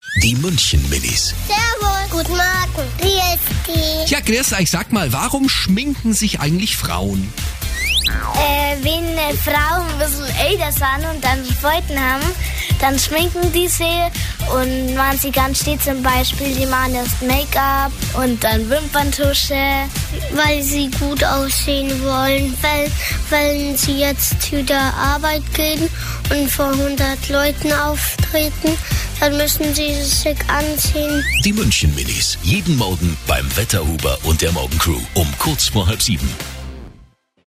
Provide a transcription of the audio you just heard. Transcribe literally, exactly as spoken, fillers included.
Die München-Minis. Servus. Guten Morgen. Wie ist die? Ja, grüß euch, sag mal, warum schminken sich eigentlich Frauen? Äh, wenn äh, Frauen ein bisschen älter sind und dann Freuden haben, dann schminken die sie und wenn sie ganz steht zum Beispiel, die machen erst Make-up und dann Wimperntusche. Weil sie gut aussehen wollen, weil, weil sie jetzt wieder Arbeit gehen und vor hundert Leuten auftreten, dann müssen sie sich anziehen. Die München-Minis. Jeden Morgen beim Wetterhuber und der Morgencrew um kurz vor halb sieben.